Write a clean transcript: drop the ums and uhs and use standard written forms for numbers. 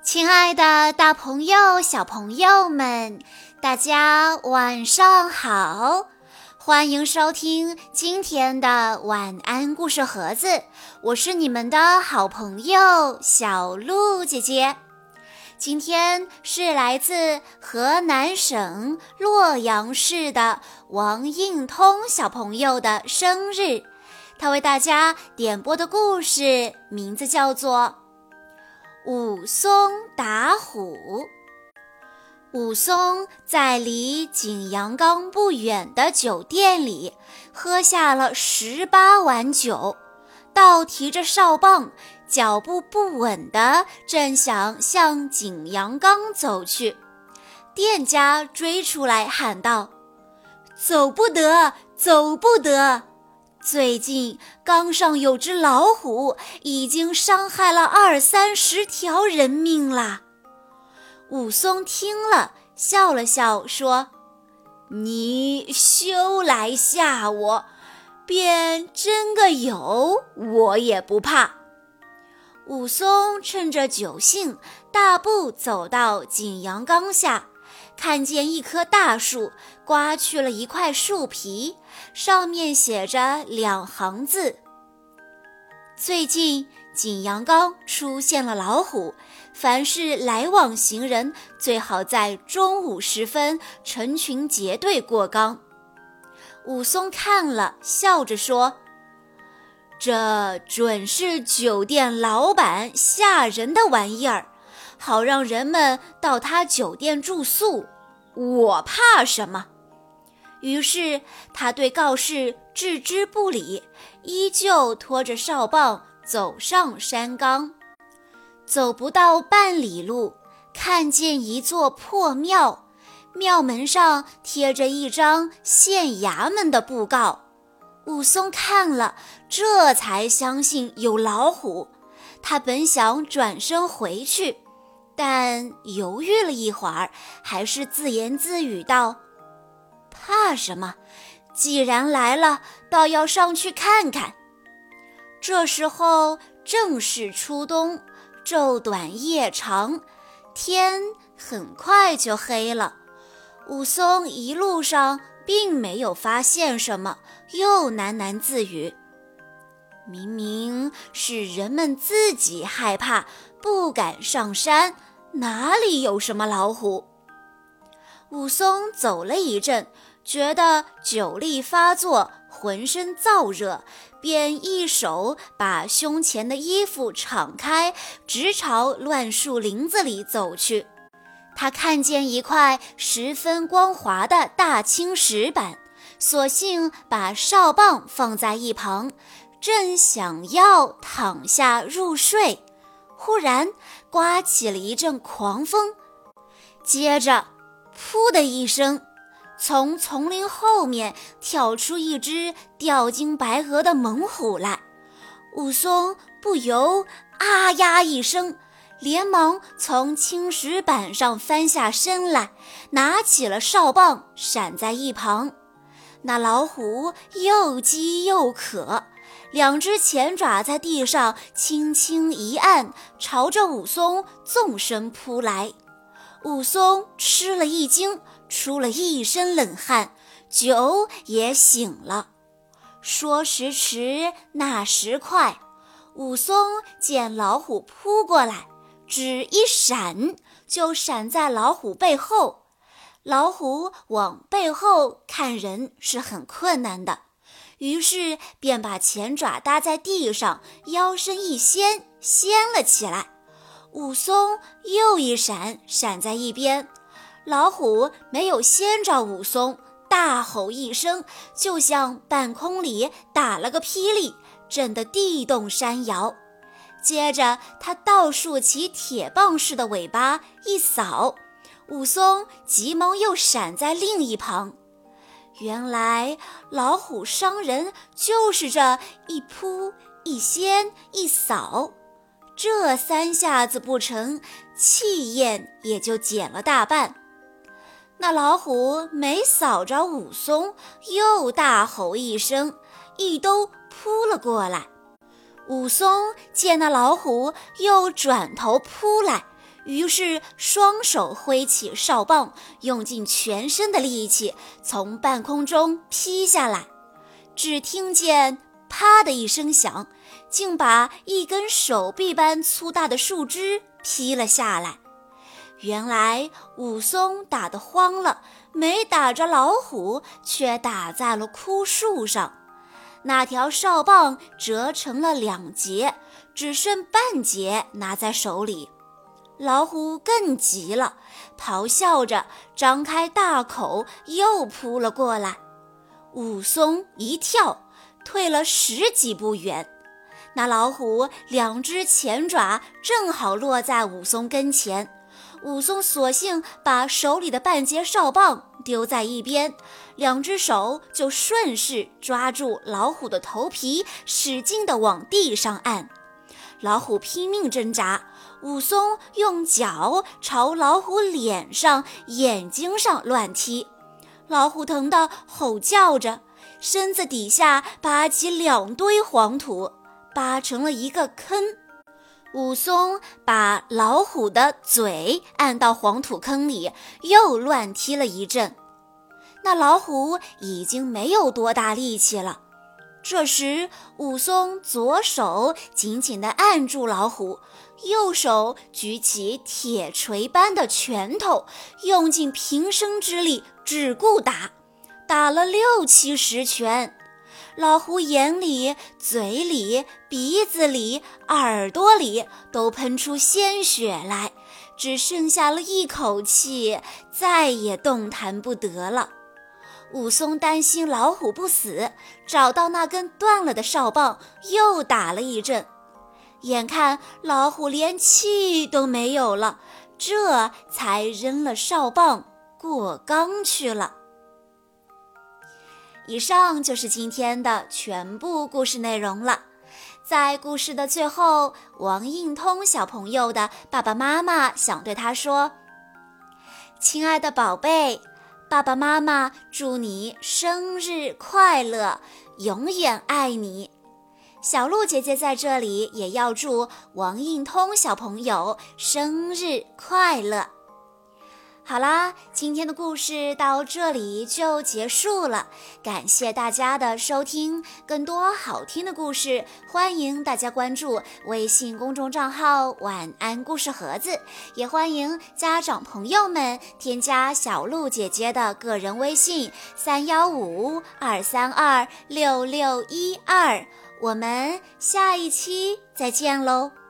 亲爱的大朋友、小朋友们，大家晚上好！欢迎收听今天的晚安故事盒子，我是你们的好朋友小鹿姐姐。今天是来自河南省洛阳市的王应通小朋友的生日，他为大家点播的故事名字叫做武松打虎。武松在离景阳冈不远的酒店里喝下了18碗酒，倒提着哨棒，脚步不稳地正想向景阳冈走去。店家追出来喊道：走不得，走不得！最近冈上有只老虎，已经伤害了20-30条人命了。武松听了，笑了笑说：你休来吓我，便真个有，我也不怕。武松趁着酒兴，大步走到景阳冈下，看见一棵大树，刮去了一块树皮，上面写着2行字：最近景阳冈出现了老虎，凡是来往行人最好在中午时分成群结队过冈。武松看了，笑着说：这准是酒店老板吓人的玩意儿，好让人们到他酒店住宿，我怕什么？于是他对告示置之不理，依旧拖着哨棒走上山冈。走不到半里路，看见一座破庙，庙门上贴着一张县衙门的布告。武松看了，这才相信有老虎。他本想转身回去，但犹豫了一会儿，还是自言自语道：怕什么？既然来了，倒要上去看看。这时候正是初冬，昼短夜长，天很快就黑了。武松一路上并没有发现什么，又喃喃自语：明明是人们自己害怕，不敢上山，哪里有什么老虎？武松走了一阵，觉得酒力发作，浑身燥热，便一手把胸前的衣服敞开，直朝乱树林子里走去。他看见一块十分光滑的大青石板，索性把哨棒放在一旁，正想要躺下入睡，忽然刮起了一阵狂风，接着噗的一声，从丛林后面跳出一只吊睛白额的猛虎来。武松不由啊呀一声，连忙从青石板上翻下身来，拿起了哨棒，闪在一旁。那老虎又饥又渴，2只前爪在地上轻轻一按，朝着武松纵身扑来。武松吃了一惊，出了一身冷汗，酒也醒了。说时迟，那时快，武松见老虎扑过来，只一闪，就闪在老虎背后。老虎往背后看人是很困难的，于是便把前爪搭在地上，腰身一掀了起来。武松又一闪，闪在一边。老虎没有掀着武松，大吼一声，就像半空里打了个霹雳，震得地动山摇。接着他倒竖起铁棒似的尾巴一扫，武松急忙又闪在另一旁。原来老虎伤人就是这一扑一掀一扫，这3下子不成，气焰也就减了大半。那老虎没扫着武松，又大吼一声，一兜扑了过来。武松见那老虎又转头扑来， 于是双手挥起哨棒，用尽全身的力气从半空中劈下来。只听见啪的一声响，竟把一根手臂般粗大的树枝劈了下来。原来武松打得慌了，没打着老虎，却打在了枯树上。那条哨棒折成了2截，只剩半截拿在手里。老虎更急了，咆哮着张开大口又扑了过来。武松一跳，退了10几步远。那老虎2只前爪正好落在武松跟前，武松索性把手里的半截哨棒丢在一边，2只手就顺势抓住老虎的头皮，使劲地往地上按。老虎拼命挣扎，武松用脚朝老虎脸上、眼睛上乱踢。老虎疼得吼叫着，身子底下拔起2堆黄土，扒成了一个坑。武松把老虎的嘴按到黄土坑里，又乱踢了一阵。那老虎已经没有多大力气了。这时武松左手紧紧地按住老虎，右手举起铁锤般的拳头，用尽平生之力只顾打，打了6、70拳。老虎眼里、嘴里、鼻子里、耳朵里都喷出鲜血来，只剩下了一口气，再也动弹不得了。武松担心老虎不死，找到那根断了的哨棒，又打了一阵。眼看老虎连气都没有了，这才扔了哨棒过冈去了。以上就是今天的全部故事内容了。在故事的最后，王应通小朋友的爸爸妈妈想对他说：亲爱的宝贝，爸爸妈妈祝你生日快乐，永远爱你。小鹿姐姐在这里也要祝王应通小朋友生日快乐。好啦，今天的故事到这里就结束了，感谢大家的收听。更多好听的故事，欢迎大家关注微信公众账号晚安故事盒子，也欢迎家长朋友们添加小鹿姐姐的个人微信315-232-6612，我们下一期再见喽。